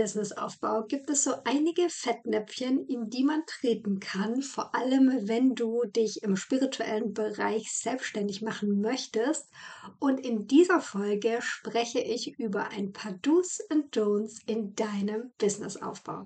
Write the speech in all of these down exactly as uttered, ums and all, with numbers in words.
Businessaufbau gibt es so einige Fettnäpfchen, in die man treten kann, vor allem wenn du dich im spirituellen Bereich selbstständig machen möchtest. Und in dieser Folge spreche ich über ein paar Do's und Don'ts in deinem Businessaufbau.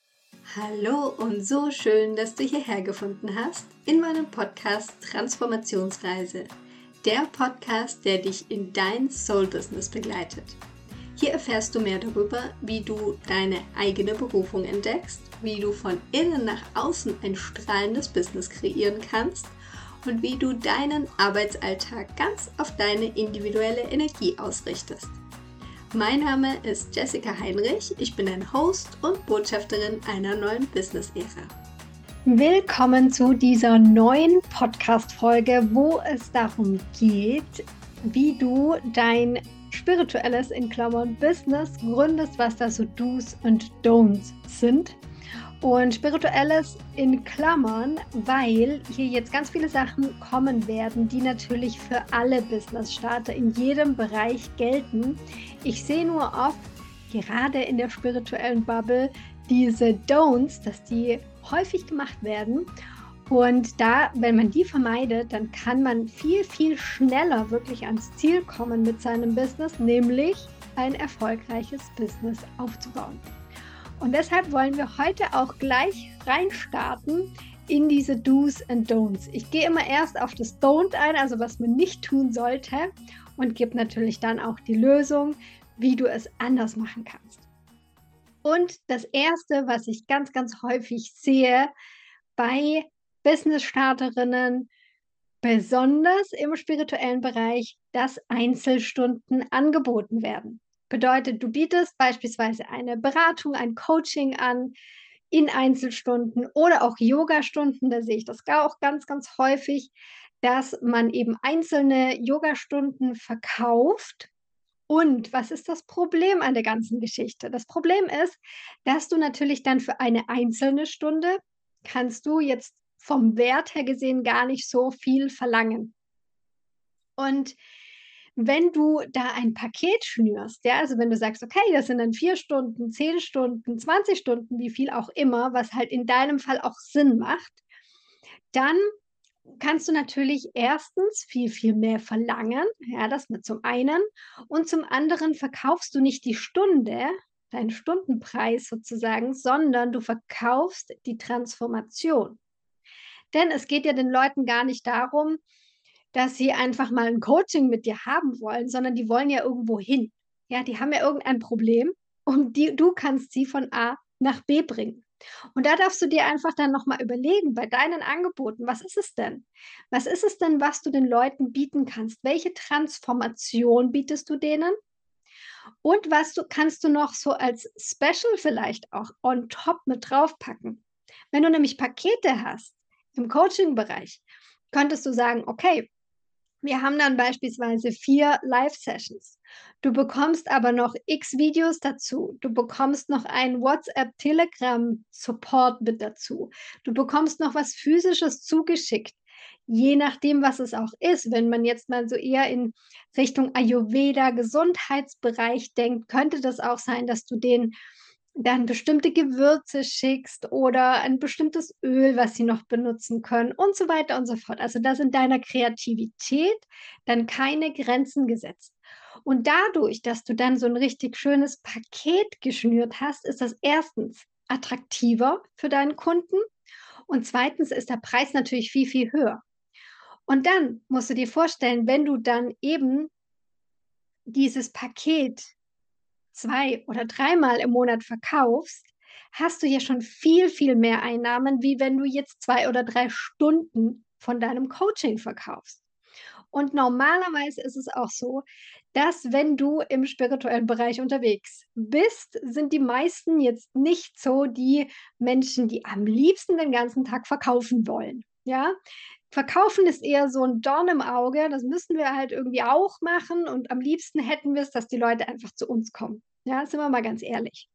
Hallo und so schön, dass du hierher gefunden hast in meinem Podcast Transformationsreise. Der Podcast, der dich in dein Soul-Business begleitet. Hier erfährst du mehr darüber, wie du deine eigene Berufung entdeckst, wie du von innen nach außen ein strahlendes Business kreieren kannst und wie du deinen Arbeitsalltag ganz auf deine individuelle Energie ausrichtest. Mein Name ist Jessica Heinrich, ich bin ein Host und Botschafterin einer neuen Business-Ära. Willkommen zu dieser neuen Podcast-Folge, wo es darum geht, wie du dein spirituelles in Klammern Business gründest, was da so Do's und Don'ts sind. Und spirituelles in Klammern, weil hier jetzt ganz viele Sachen kommen werden, die natürlich für alle Business-Starter in jedem Bereich gelten. Ich sehe nur oft, gerade in der spirituellen Bubble, diese Don'ts, dass die häufig gemacht werden. Und da, wenn man die vermeidet, dann kann man viel, viel schneller wirklich ans Ziel kommen mit seinem Business, nämlich ein erfolgreiches Business aufzubauen. Und deshalb wollen wir heute auch gleich reinstarten in diese Do's and Don'ts. Ich gehe immer erst auf das Don't ein, also was man nicht tun sollte, und gebe natürlich dann auch die Lösung, wie du es anders machen kannst. Und das Erste, was ich ganz, ganz häufig sehe bei Business-Starterinnen, besonders im spirituellen Bereich, dass Einzelstunden angeboten werden. Bedeutet, du bietest beispielsweise eine Beratung, ein Coaching an in Einzelstunden oder auch Yogastunden, da sehe ich das auch ganz, ganz häufig, dass man eben einzelne Yogastunden verkauft. Und was ist das Problem an der ganzen Geschichte? Das Problem ist, dass du natürlich dann für eine einzelne Stunde kannst du jetzt vom Wert her gesehen gar nicht so viel verlangen. Und wenn du da ein Paket schnürst, ja, also wenn du sagst, okay, das sind dann vier Stunden, zehn Stunden, zwanzig Stunden, wie viel auch immer, was halt in deinem Fall auch Sinn macht, dann kannst du natürlich erstens viel, viel mehr verlangen, ja, das mit zum einen, und zum anderen verkaufst du nicht die Stunde, deinen Stundenpreis sozusagen, sondern du verkaufst die Transformation. Denn es geht ja den Leuten gar nicht darum, dass sie einfach mal ein Coaching mit dir haben wollen, sondern die wollen ja irgendwo hin. Ja, die haben ja irgendein Problem und die du kannst sie von A nach B bringen. Und da darfst du dir einfach dann noch mal überlegen bei deinen Angeboten, was ist es denn? Was ist es denn, was du den Leuten bieten kannst? Welche Transformation bietest du denen? Und was du kannst du noch so als Special vielleicht auch on top mit draufpacken? Wenn du nämlich Pakete hast im Coaching-Bereich, könntest du sagen, okay, wir haben dann beispielsweise vier Live-Sessions. Du bekommst aber noch x Videos dazu. Du bekommst noch einen WhatsApp-Telegram-Support mit dazu. Du bekommst noch was Physisches zugeschickt. Je nachdem, was es auch ist. Wenn man jetzt mal so eher in Richtung Ayurveda, Gesundheitsbereich denkt, könnte das auch sein, dass du den dann bestimmte Gewürze schickst oder ein bestimmtes Öl, was sie noch benutzen können und so weiter und so fort. Also da sind deiner Kreativität dann keine Grenzen gesetzt. Und dadurch, dass du dann so ein richtig schönes Paket geschnürt hast, ist das erstens attraktiver für deinen Kunden und zweitens ist der Preis natürlich viel, viel höher. Und dann musst du dir vorstellen, wenn du dann eben dieses Paket zwei oder dreimal im Monat verkaufst, hast du ja schon viel, viel mehr Einnahmen, wie wenn du jetzt zwei oder drei Stunden von deinem Coaching verkaufst. Und normalerweise ist es auch so, dass wenn du im spirituellen Bereich unterwegs bist, sind die meisten jetzt nicht so die Menschen, die am liebsten den ganzen Tag verkaufen wollen. Ja, Verkaufen ist eher so ein Dorn im Auge. Das müssen wir halt irgendwie auch machen und am liebsten hätten wir es, dass die Leute einfach zu uns kommen. Ja, sind wir mal ganz ehrlich.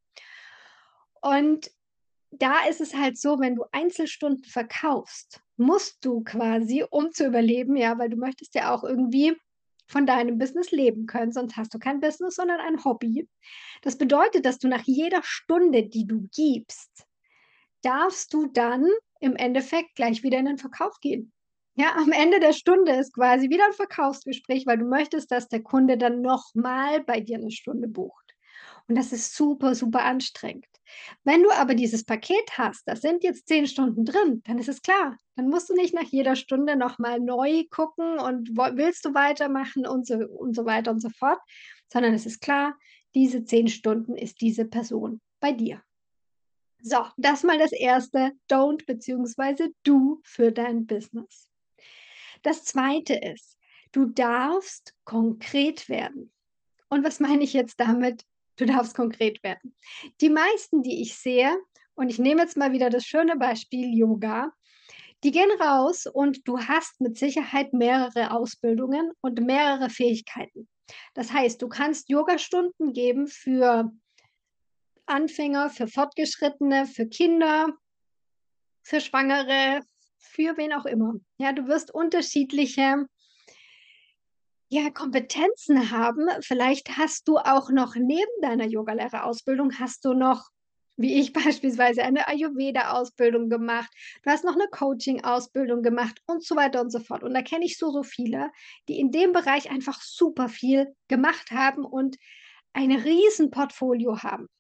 Und da ist es halt so, wenn du Einzelstunden verkaufst, musst du quasi, um zu überleben, ja, weil du möchtest ja auch irgendwie von deinem Business leben können, sonst hast du kein Business, sondern ein Hobby. Das bedeutet, dass du nach jeder Stunde, die du gibst, darfst du dann im Endeffekt gleich wieder in den Verkauf gehen. Ja, am Ende der Stunde ist quasi wieder 'n Verkaufsgespräch, weil du möchtest, dass der Kunde dann noch mal bei dir 'ne Stunde bucht. Und das ist super, super anstrengend. Wenn du aber dieses Paket hast, da sind jetzt zehn Stunden drin, dann ist es klar. Dann musst du nicht nach jeder Stunde noch mal neu gucken und woll willst du weitermachen und so und so weiter und so fort, sondern es ist klar, diese zehn Stunden ist diese Person bei dir. So, das mal das erste Don't beziehungsweise Do für dein Business. Das zweite ist, du darfst konkret werden. Und was meine ich jetzt damit? Du darfst konkret werden. Die meisten, die ich sehe, und ich nehme jetzt mal wieder das schöne Beispiel Yoga, die gehen raus und du hast mit Sicherheit mehrere Ausbildungen und mehrere Fähigkeiten. Das heißt, du kannst Yogastunden geben für Anfänger, für Fortgeschrittene, für Kinder, für Schwangere, für wen auch immer. Ja, du wirst unterschiedliche ja, Kompetenzen haben. Vielleicht hast du auch noch neben deiner Yogalehrerausbildung hast du noch, wie ich beispielsweise, eine Ayurveda-Ausbildung gemacht. Du hast noch 'ne Coaching-Ausbildung gemacht und so weiter und so fort. Und da kenne ich so, so viele, die in dem Bereich einfach super viel gemacht haben und ein Riesenportfolio haben.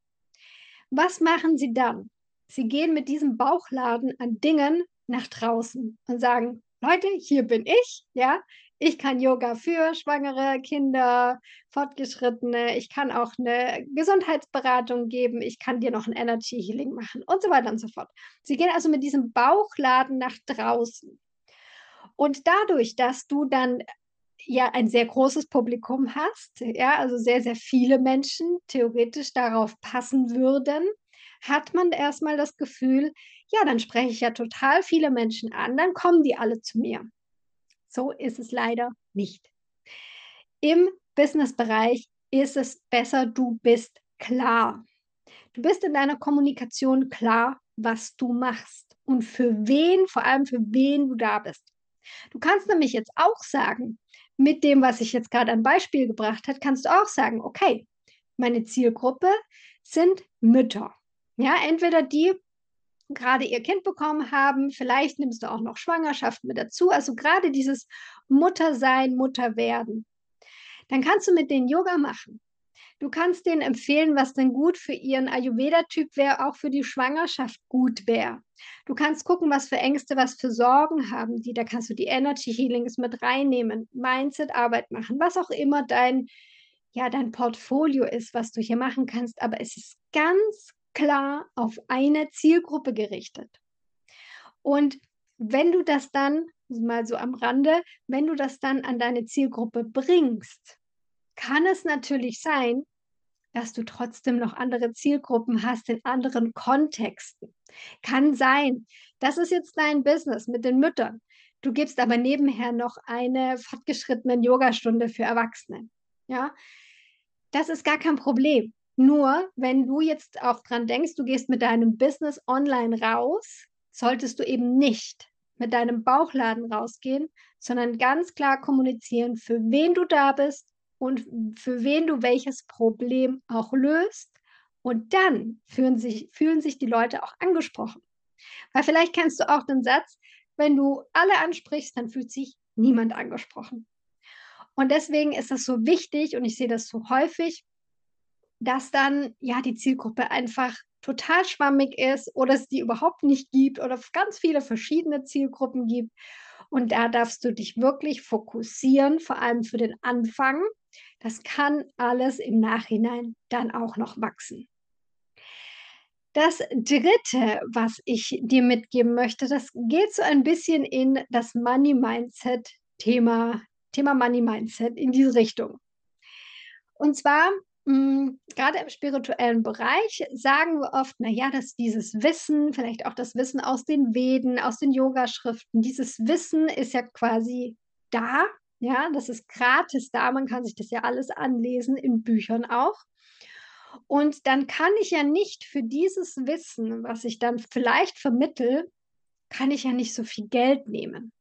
Was machen sie dann? Sie gehen mit diesem Bauchladen an Dingen nach draußen und sagen: „Leute, hier bin ich, ja. Ich kann Yoga für Schwangere, Kinder, Fortgeschrittene. Ich kann auch 'ne Gesundheitsberatung geben. Ich kann dir noch 'n Energy Healing machen“ und so weiter und so fort. Sie gehen also mit diesem Bauchladen nach draußen. Und dadurch, dass du dann, ja, ein sehr großes Publikum hast, ja, also sehr, sehr viele Menschen theoretisch darauf passen würden, hat man erst mal das Gefühl: „Ja, dann spreche ich ja total viele Menschen an, dann kommen die alle zu mir.“ So ist es leider nicht. Im Businessbereich ist es besser, du bist klar. Du bist in deiner Kommunikation klar, was du machst und für wen vor allem für wen du da bist. Du kannst nämlich jetzt auch sagen mit dem, was ich jetzt grad an Beispiel gebracht hat, kannst du auch sagen: „Okay, meine Zielgruppe sind Mütter.“ Ja, entweder die grade ihr Kind bekommen haben, vielleicht nimmst du auch noch Schwangerschaft mit dazu, also grade dieses Muttersein, Mutterwerden. Dann kannst du mit denen Yoga machen. Du kannst denen empfehlen, was denn gut für ihren Ayurveda-Typ wäre, auch für die Schwangerschaft gut wäre. Du kannst gucken, was für Ängste, was für Sorgen haben die. Da kannst du die Energy Healings mit reinnehmen, Mindset-Arbeit machen, was auch immer dein ja, dein Portfolio ist, was du hier machen kannst, aber es ist ganz klar auf eine Zielgruppe gerichtet. Und wenn du das dann mal so am Rande wenn du das dann an deine Zielgruppe bringst, kann es natürlich sein, dass du trotzdem noch andere Zielgruppen hast in anderen Kontexten. Kann sein. Das ist jetzt dein Business mit den Müttern. Du gibst aber nebenher noch eine fortgeschrittenen Yogastunde für Erwachsene, ja? Das ist gar kein Problem. Nur, wenn du jetzt auch dran denkst, du gehst mit deinem Business online raus, solltest du eben nicht mit deinem Bauchladen rausgehen, sondern ganz klar kommunizieren, für wen du da bist und f für wen du welches Problem auch löst. Und dann fühlen sich fühlen sich die Leute auch angesprochen. Weil vielleicht kennst du auch den Satz: „Wenn du alle ansprichst, dann fühlt sich niemand angesprochen.“ Und deswegen ist das so wichtig und ich sehe das so häufig, dass dann, ja, die Zielgruppe einfach total schwammig ist oder es die überhaupt nicht gibt oder f ganz viele verschiedene Zielgruppen gibt. Und da darfst du dich wirklich fokussieren, vor allem für den Anfang. Das kann alles im Nachhinein dann auch noch wachsen. Das Dritte, was ich dir mitgeben möchte, das geht so ein bisschen in das Money-Mindset Thema Thema Money-Mindset in diese Richtung. Und zwar, hm, grade im spirituellen Bereich sagen wir oft: „Na ja, dass dieses Wissen, vielleicht auch das Wissen aus den Veden, aus den Yogaschriften dieses Wissen ist ja quasi da, ja, das ist gratis da. Man kann sich das ja alles anlesen, in Büchern auch. Und dann kann ich ja nicht für dieses Wissen, was ich dann vielleicht vermittle kann ich ja nicht so viel Geld nehmen.“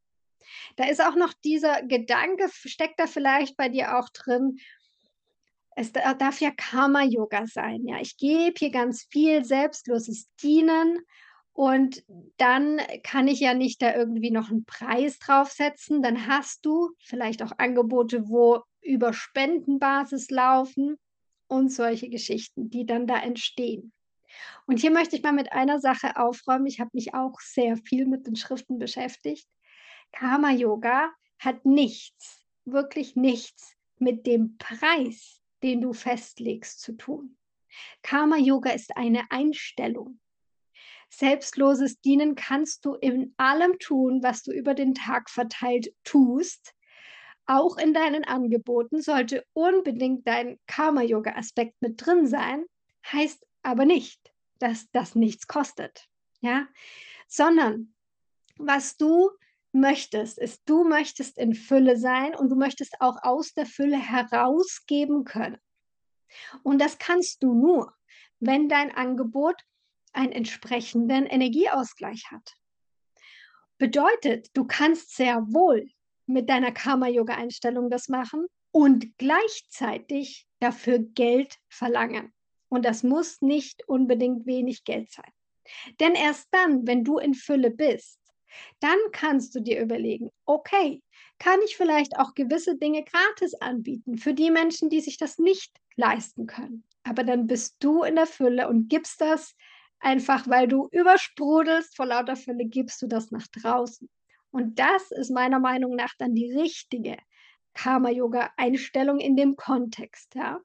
Da ist auch noch dieser Gedanke f steckt da vielleicht bei dir auch drin, es da darf ja Karma-Yoga sein, ja. Ich gebe hier ganz viel selbstloses Dienen und dann kann ich ja nicht da irgendwie noch 'n Preis draufsetzen. Dann hast du vielleicht auch Angebote, wo über Spendenbasis laufen und solche Geschichten, die dann da entstehen. Und hier möchte ich mal mit einer Sache aufräumen. Ich habe mich auch sehr viel mit den Schriften beschäftigt. Karma-Yoga hat nichts, wirklich nichts mit dem Preis, den du festlegst, zu tun. Karma-Yoga ist eine Einstellung. Selbstloses Dienen kannst du in allem tun, was du über den Tag verteilt tust. Auch in deinen Angeboten sollte unbedingt dein Karma-Yoga-Aspekt mit drin sein, heißt aber nicht, dass das nichts kostet, ja? Sondern was du möchtest, ist, du möchtest in Fülle sein und du möchtest auch aus der Fülle herausgeben können. Und das kannst du nur, wenn dein Angebot einen entsprechenden Energieausgleich hat. Bedeutet, du kannst sehr wohl mit deiner Karma-Yoga-Einstellung das machen und gleichzeitig dafür Geld verlangen. Und das muss nicht unbedingt wenig Geld sein. Denn erst dann, wenn du in Fülle bist, dann kannst du dir überlegen: „Okay, kann ich vielleicht auch gewisse Dinge gratis anbieten für die Menschen, die sich das nicht leisten können?“ Aber dann bist du in der Fülle und gibst das einfach, weil du übersprudelst vor lauter Fülle, gibst du das nach draußen. Und das ist meiner Meinung nach dann die richtige Karma-Yoga-Einstellung in dem Kontext, ja?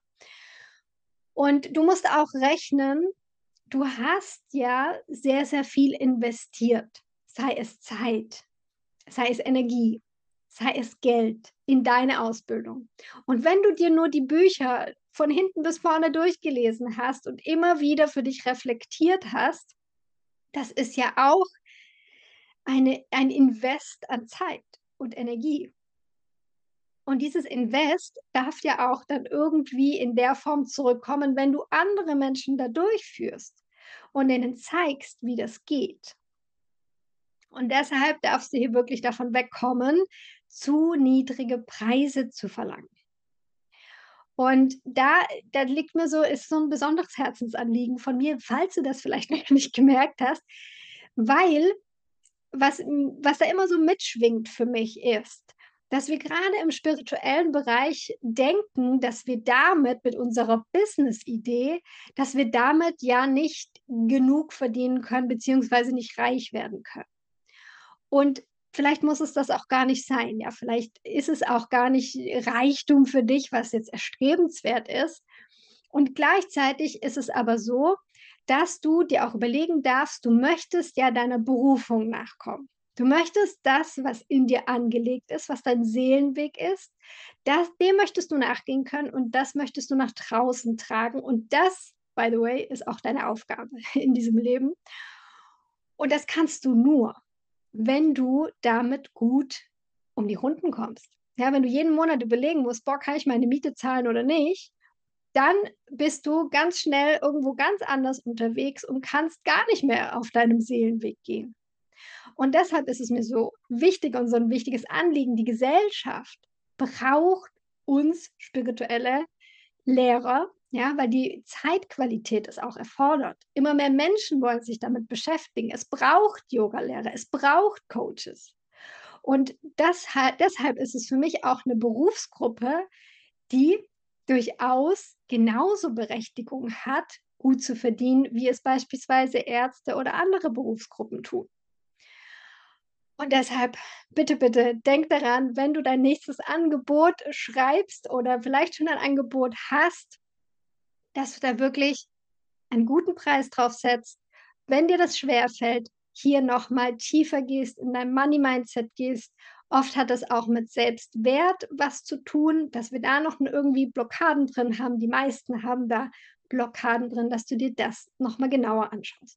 Und du musst auch rechnen, du hast ja sehr, sehr viel investiert, sei es Zeit, sei es Energie, sei es Geld in deine Ausbildung. Und wenn du dir nur die Bücher von hinten bis vorne durchgelesen hast und immer wieder für dich reflektiert hast, das ist ja auch eine ein Invest an Zeit und Energie. Und dieses Invest darf ja auch dann irgendwie in der Form zurückkommen, wenn du andere Menschen da durchführst und denen zeigst, wie das geht. Und deshalb darfst du hier wirklich davon wegkommen, zu niedrige Preise zu verlangen. Und da da liegt mir so ist so 'n besonderes Herzensanliegen von mir, falls du das vielleicht noch nicht gemerkt hast, weil was hm, was da immer so mitschwingt für mich ist, dass wir grade im spirituellen Bereich denken, dass wir damit mit unserer Business-Idee dass wir damit ja nicht genug verdienen können beziehungsweise nicht reich werden können. Und vielleicht muss es das auch gar nicht sein, ja? Vielleicht ist es auch gar nicht Reichtum für dich, was jetzt erstrebenswert ist. Und gleichzeitig ist es aber so, dass du dir auch überlegen darfst, du möchtest ja deiner Berufung nachkommen. Du möchtest das, was in dir angelegt ist, was dein Seelenweg ist, das dem möchtest du nachgehen können und das möchtest du nach draußen tragen. Und das, by the way, ist auch deine Aufgabe in diesem Leben. Und das kannst du nur, wenn du damit gut um die Runden kommst. Ja, wenn du jeden Monat überlegen musst: „Boah, kann ich meine Miete zahlen oder nicht?“ Dann bist du ganz schnell irgendwo ganz anders unterwegs und kannst gar nicht mehr auf deinem Seelenweg gehen. Und deshalb ist es mir so wichtig und so 'n wichtiges Anliegen, die Gesellschaft braucht uns spirituelle Lehrer, ja, weil die Zeitqualität es auch erfordert. Immer mehr Menschen wollen sich damit beschäftigen. Es braucht Yogalehrer, es braucht Coaches. Und deshal deshalb ist es für mich auch 'ne Berufsgruppe, die durchaus genauso Berechtigung hat, gut zu verdienen, wie es beispielsweise Ärzte oder andere Berufsgruppen tun. Und deshalb, bitte, bitte denk daran, wenn du dein nächstes Angebot schreibst oder vielleicht schon ein Angebot hast, dass du da wirklich einen guten Preis drauf setzt. Wenn dir das schwerfällt, hier noch mal tiefer gehst, in dein Money-Mindset gehst. Oft hat das auch mit Selbstwert was zu tun, dass wir da noch 'n irgendwie Blockaden drin haben. Die meisten haben da Blockaden drin, dass du dir das noch mal genauer anschaust.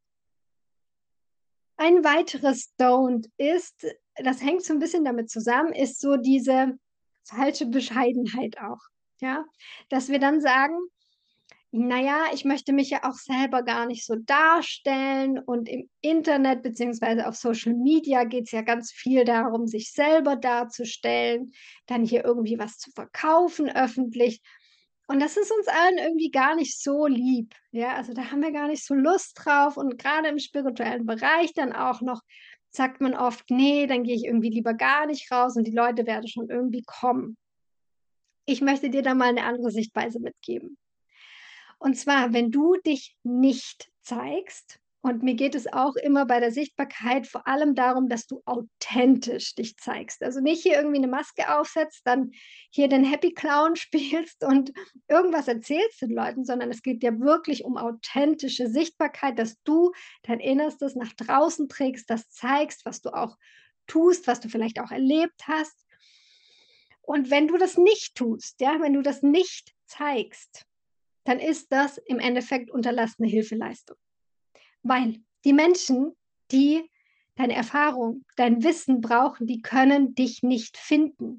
Ein weiteres Don't ist das hängt so 'n bisschen damit zusammen, ist so diese falsche Bescheidenheit auch, ja? Dass wir dann sagen Na ja, ich möchte mich ja auch selber gar nicht so darstellen und im Internet beziehungsweise auf Social Media geht's ja ganz viel darum, sich selber darzustellen, dann hier irgendwie was zu verkaufen öffentlich. Und das ist uns allen irgendwie gar nicht so lieb, ja? Also, da haben wir gar nicht so Lust drauf und grade im spirituellen Bereich dann auch noch sagt man oft: „Ne, dann gehe ich irgendwie lieber gar nicht raus und die Leute werden schon irgendwie kommen.“ Ich möchte dir da mal 'ne andere Sichtweise mitgeben. Und zwar, wenn du dich nicht zeigst und mir geht es auch immer bei der Sichtbarkeit vor allem darum, dass du authentisch dich zeigst. Also, nicht hier irgendwie 'ne Maske aufsetzt, dann hier den Happy Clown spielst und irgendwas erzählst den Leuten, sondern es geht ja wirklich um authentische Sichtbarkeit, dass du dein Innerstes nach draußen trägst, das zeigst, was du auch tust, was du vielleicht auch erlebt hast. Und wenn du das nicht tust, ja, wenn du das nicht zeigst, dann ist das im Endeffekt unterlassene Hilfeleistung. Weil die Menschen, die deine Erfahrung, dein Wissen brauchen, die können dich nicht finden.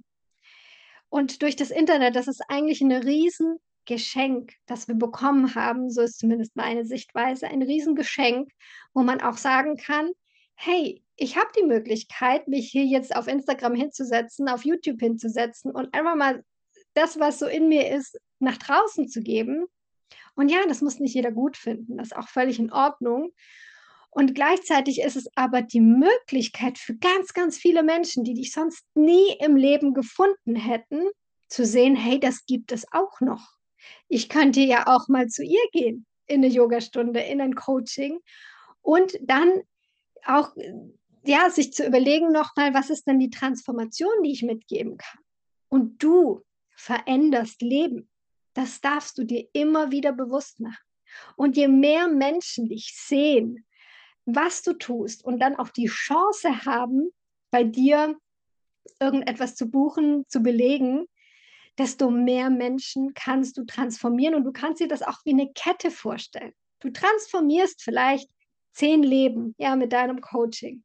Und durch das Internet, das ist eigentlich 'ne Riesengeschenk, das wir bekommen haben, so ist zumindest meine Sichtweise, ein Riesengeschenk, wo man auch sagen kann: „Hey, ich habe die Möglichkeit, mich hier jetzt auf Instagram hinzusetzen, auf YouTube hinzusetzen und einfach mal das, was so in mir ist, nach draußen zu geben.“ Und ja, das muss nicht jeder gut finden, das ist auch völlig in Ordnung. Und gleichzeitig ist es aber die Möglichkeit für ganz, ganz viele Menschen, die dich sonst nie im Leben gefunden hätten, zu sehen: „Hey, das gibt es auch noch. Ich könnte ja auch mal zu ihr gehen in 'ne Yogastunde, in ein Coaching.“ Und dann auch, äh, ja, sich zu überlegen noch mal: „Was ist denn die Transformation, die ich mitgeben kann?“ Und du veränderst Leben. Das darfst du dir immer wieder bewusst machen. Und je mehr Menschen dich sehen, was du tust und dann auch die Chance haben, bei dir irgendetwas zu buchen, zu belegen, desto mehr Menschen kannst du transformieren und du kannst dir das auch wie 'ne Kette vorstellen. Du transformierst vielleicht zehn Leben, ja, mit deinem Coaching.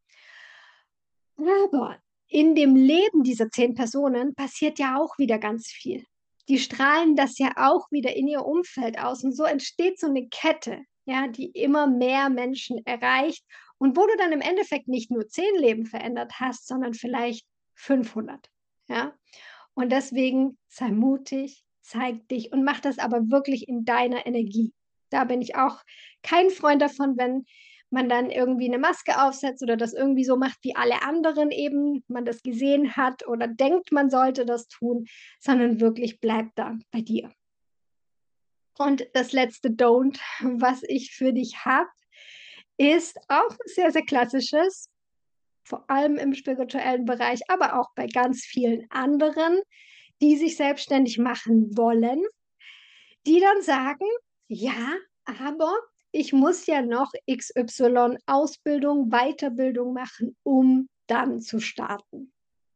Aber in dem Leben dieser zehn Personen passiert ja auch wieder ganz viel. Die strahlen das ja auch wieder in ihr Umfeld aus und so entsteht so 'ne Kette, ja, die immer mehr Menschen erreicht und wo du dann im Endeffekt nicht nur zehn Leben verändert hast, sondern vielleicht fünfhundert, ja? Und deswegen sei mutig, zeig dich und mach das aber wirklich in deiner Energie. Da bin ich auch kein Freund davon, wenn man dann irgendwie 'ne Maske aufsetzt oder das irgendwie so macht wie alle anderen eben, man das gesehen hat oder denkt, man sollte das tun, sondern wirklich bleib da bei dir. Und das letzte Don't, was ich für dich habe, ist auch 'n sehr, sehr klassisches, vor allem im spirituellen Bereich, aber auch bei ganz vielen anderen, die sich selbstständig machen wollen, die dann sagen: „Ja, aber ich muss ja noch X Y Ausbildung, Weiterbildung machen, um dann zu starten.“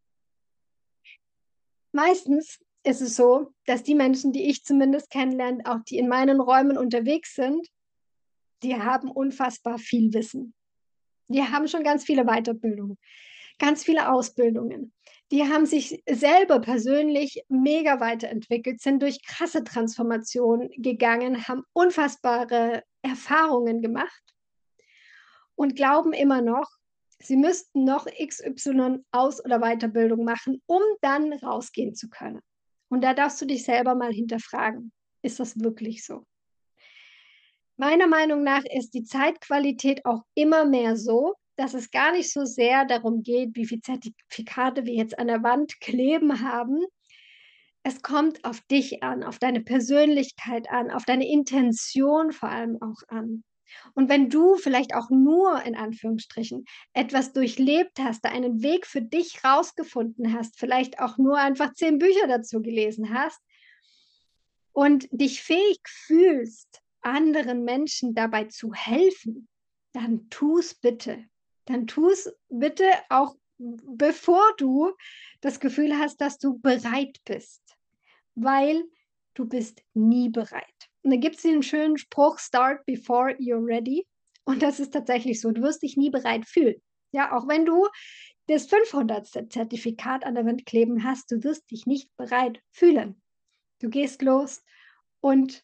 Meistens ist es so, dass die Menschen, die ich zumindest kennenlerne, auch die in meinen Räumen unterwegs sind, die haben unfassbar viel Wissen. Die haben schon ganz viele Weiterbildungen, ganz viele Ausbildungen. Die haben sich selber persönlich mega weiterentwickelt, sind durch krasse Transformationen gegangen, haben unfassbare Erfahrungen gemacht und glauben immer noch, sie müssten noch X Y Aus oder Weiterbildung machen, um dann rausgehen zu können. Und da darfst du dich selber mal hinterfragen: „Ist das wirklich so?“ Meiner Meinung nach ist die Zeitqualität auch immer mehr so, dass es gar nicht so sehr darum geht, wie viel Zertifikate wir jetzt an der Wand kleben haben. Es kommt auf dich an, auf deine Persönlichkeit an, auf deine Intention vor allem auch an. Und wenn du vielleicht auch nur in Anführungsstrichen etwas durchlebt hast, da einen Weg für dich rausgefunden hast, vielleicht auch nur einfach zehn Bücher dazu gelesen hast und dich fähig fühlst, anderen Menschen dabei zu helfen, dann tu's bitte. Dann tu's bitte auch b bevor du das Gefühl hast, dass du bereit bist, weil du bist nie bereit. Und da gibt's den schönen Spruch: „Start before you're ready.“ Und das ist tatsächlich so. Du wirst dich nie bereit fühlen. Ja, auch wenn du das fünfhundertste Zertifikat an der Wand kleben hast, du wirst dich nicht bereit fühlen. Du gehst los und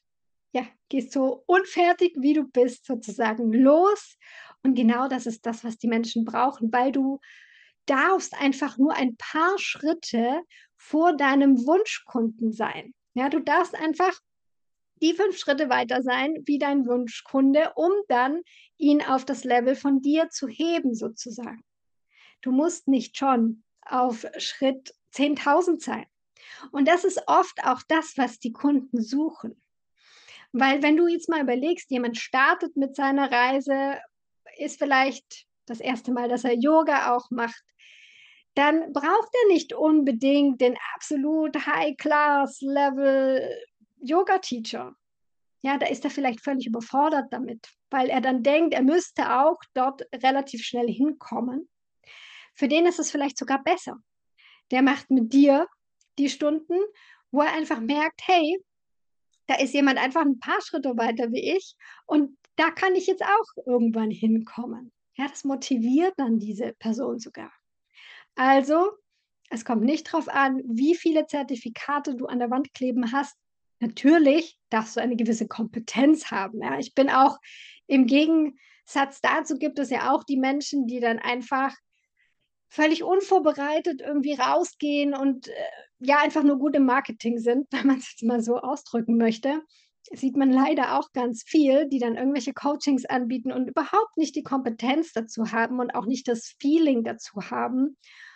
ja, gehst so unfertig, wie du bist, sozusagen los. Und genau das ist das, was die Menschen brauchen, weil du darfst einfach nur ein paar Schritte vor deinem Wunschkunden sein. Ja, du darfst einfach die fünf Schritte weiter sein wie dein Wunschkunde, um dann ihn auf das Level von dir zu heben sozusagen. Du musst nicht schon auf Schritt zehntausend sein. Und das ist oft auch das, was die Kunden suchen. Weil wenn du jetzt mal überlegst, jemand startet mit seiner Reise, ist vielleicht das erste Mal, dass er Yoga auch macht, dann braucht er nicht unbedingt den absolut High-Class-Level Yoga-Teacher. Ja, da ist er vielleicht völlig überfordert damit, weil er dann denkt, er müsste auch dort relativ schnell hinkommen. Für den ist es vielleicht sogar besser. Der macht mit dir die Stunden, wo er einfach merkt, hey, da ist jemand einfach ein paar Schritte weiter wie ich und da kann ich jetzt auch irgendwann hinkommen. Ja, das motiviert dann diese Person sogar. Also, es kommt nicht drauf an, wie viele Zertifikate du an der Wand kleben hast. Natürlich darfst du eine gewisse Kompetenz haben, ja. Ich bin auch im Gegensatz dazu gibt es ja auch die Menschen, die dann einfach völlig unvorbereitet irgendwie rausgehen und, äh, ja, einfach nur gut im Marketing sind, wenn man's jetzt mal so ausdrücken möchte. Sieht man leider auch ganz viel, die dann irgendwelche Coachings anbieten und überhaupt nicht die Kompetenz dazu haben und auch nicht das Feeling dazu haben.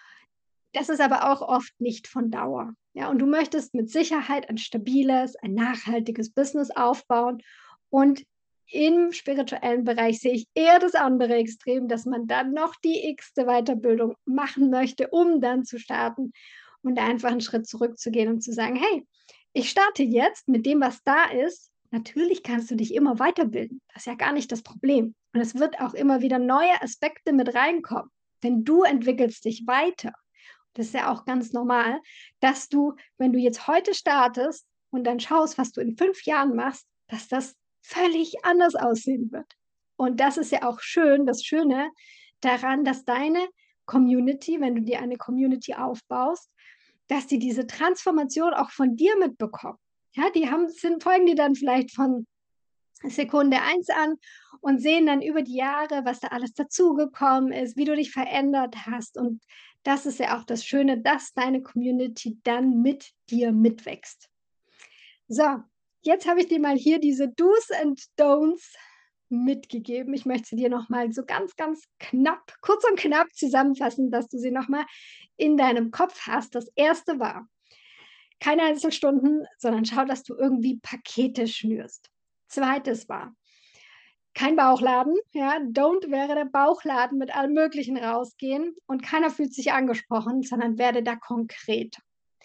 Das ist aber auch oft nicht von Dauer. Ja, und du möchtest mit Sicherheit ein stabiles, ein nachhaltiges Business aufbauen. Und im spirituellen Bereich sehe ich eher das andere Extrem, dass man dann noch die x-te Weiterbildung machen möchte, um dann zu starten und einfach einen Schritt zurückzugehen und zu sagen: „Hey, ich starte jetzt mit dem, was da ist.“ Natürlich kannst du dich immer weiterbilden. Das ist ja gar nicht das Problem. Und es wird auch immer wieder neue Aspekte mit reinkommen, denn du entwickelst dich weiter. Das ist ja auch ganz normal, dass du, wenn du jetzt heute startest und dann schaust, was du in fünf Jahren machst, dass das völlig anders aussehen wird. Und das ist ja auch schön das Schöne daran, dass deine Community, wenn du dir eine Community aufbaust, dass die diese Transformation auch von dir mitbekommen. Ja, die haben sind folgen dir dann vielleicht von Sekunde eins an und sehen dann über die Jahre, was da alles dazugekommen ist, wie du dich verändert hast. Und das ist ja auch das Schöne, dass deine Community dann mit dir mitwächst. So, jetzt habe ich dir mal hier diese Do's and Don'ts mitgegeben. Ich möchte sie dir noch mal so ganz, ganz knapp kurz und knapp zusammenfassen, dass du sie noch mal in deinem Kopf hast. Das erste war: Keine Einzelstunden, sondern schau, dass du irgendwie Pakete schnürst. Zweites war: Kein Bauchladen, ja. Don't wäre der Bauchladen mit allem Möglichen rausgehen und keiner fühlt sich angesprochen, sondern werde da konkret.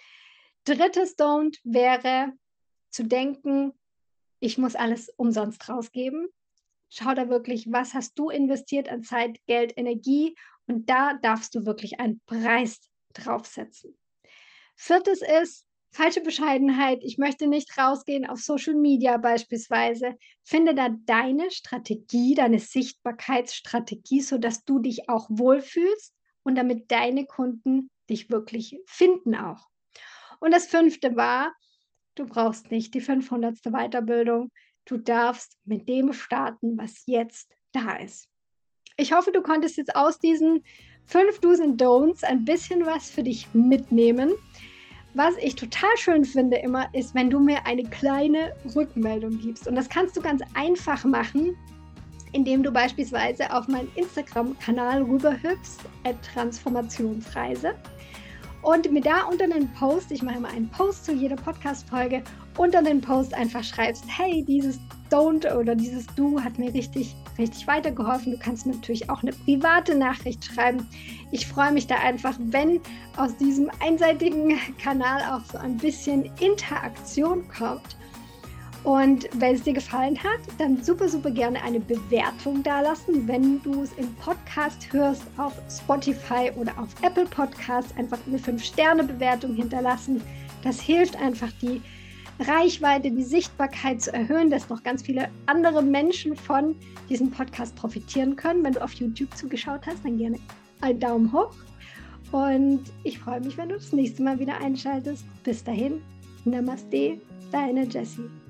Drittes Don't wäre zu denken, ich muss alles umsonst rausgeben. Schau da wirklich, was hast du investiert an Zeit, Geld, Energie und da darfst du wirklich einen Preis draufsetzen. Viertes ist falsche Bescheidenheit. Ich möchte nicht rausgehen auf Social Media beispielsweise. Finde da deine Strategie, deine Sichtbarkeitsstrategie, sodass du dich auch wohlfühlst und damit deine Kunden dich wirklich finden auch. Und das fünfte war, du brauchst nicht die fünfhundertste Weiterbildung. Du darfst mit dem starten, was jetzt da ist. Ich hoffe, du konntest jetzt aus diesen fünf Do's und Don'ts ein bisschen was für dich mitnehmen. Was ich total schön finde immer, ist, wenn du mir eine kleine Rückmeldung gibst. Und das kannst du ganz einfach machen, indem du beispielsweise auf meinen Instagram-Kanal rüberhüpfst, at transformationsreise. Und mir da unter den Post, ich mache immer einen Post zu jeder Podcast-Folge, unter den Post einfach schreibst, hey, dieses Don't oder dieses Do hat mir richtig, richtig weitergeholfen. Du kannst mir natürlich auch eine private Nachricht schreiben. Ich freue mich da einfach, wenn aus diesem einseitigen Kanal auch so ein bisschen Interaktion kommt. Und wenn es dir gefallen hat, dann super, super gerne eine Bewertung dalassen. Wenn du es im Podcast hörst, auf Spotify oder auf Apple Podcasts, einfach eine fünf Sterne Bewertung hinterlassen. Das hilft einfach, die Reichweite, die Sichtbarkeit zu erhöhen, dass noch ganz viele andere Menschen von diesem Podcast profitieren können. Wenn du auf YouTube zugeschaut hast, dann gerne einen Daumen hoch. Und ich freue mich, wenn du das nächste Mal wieder einschaltest. Bis dahin, Namaste, deine Jessie.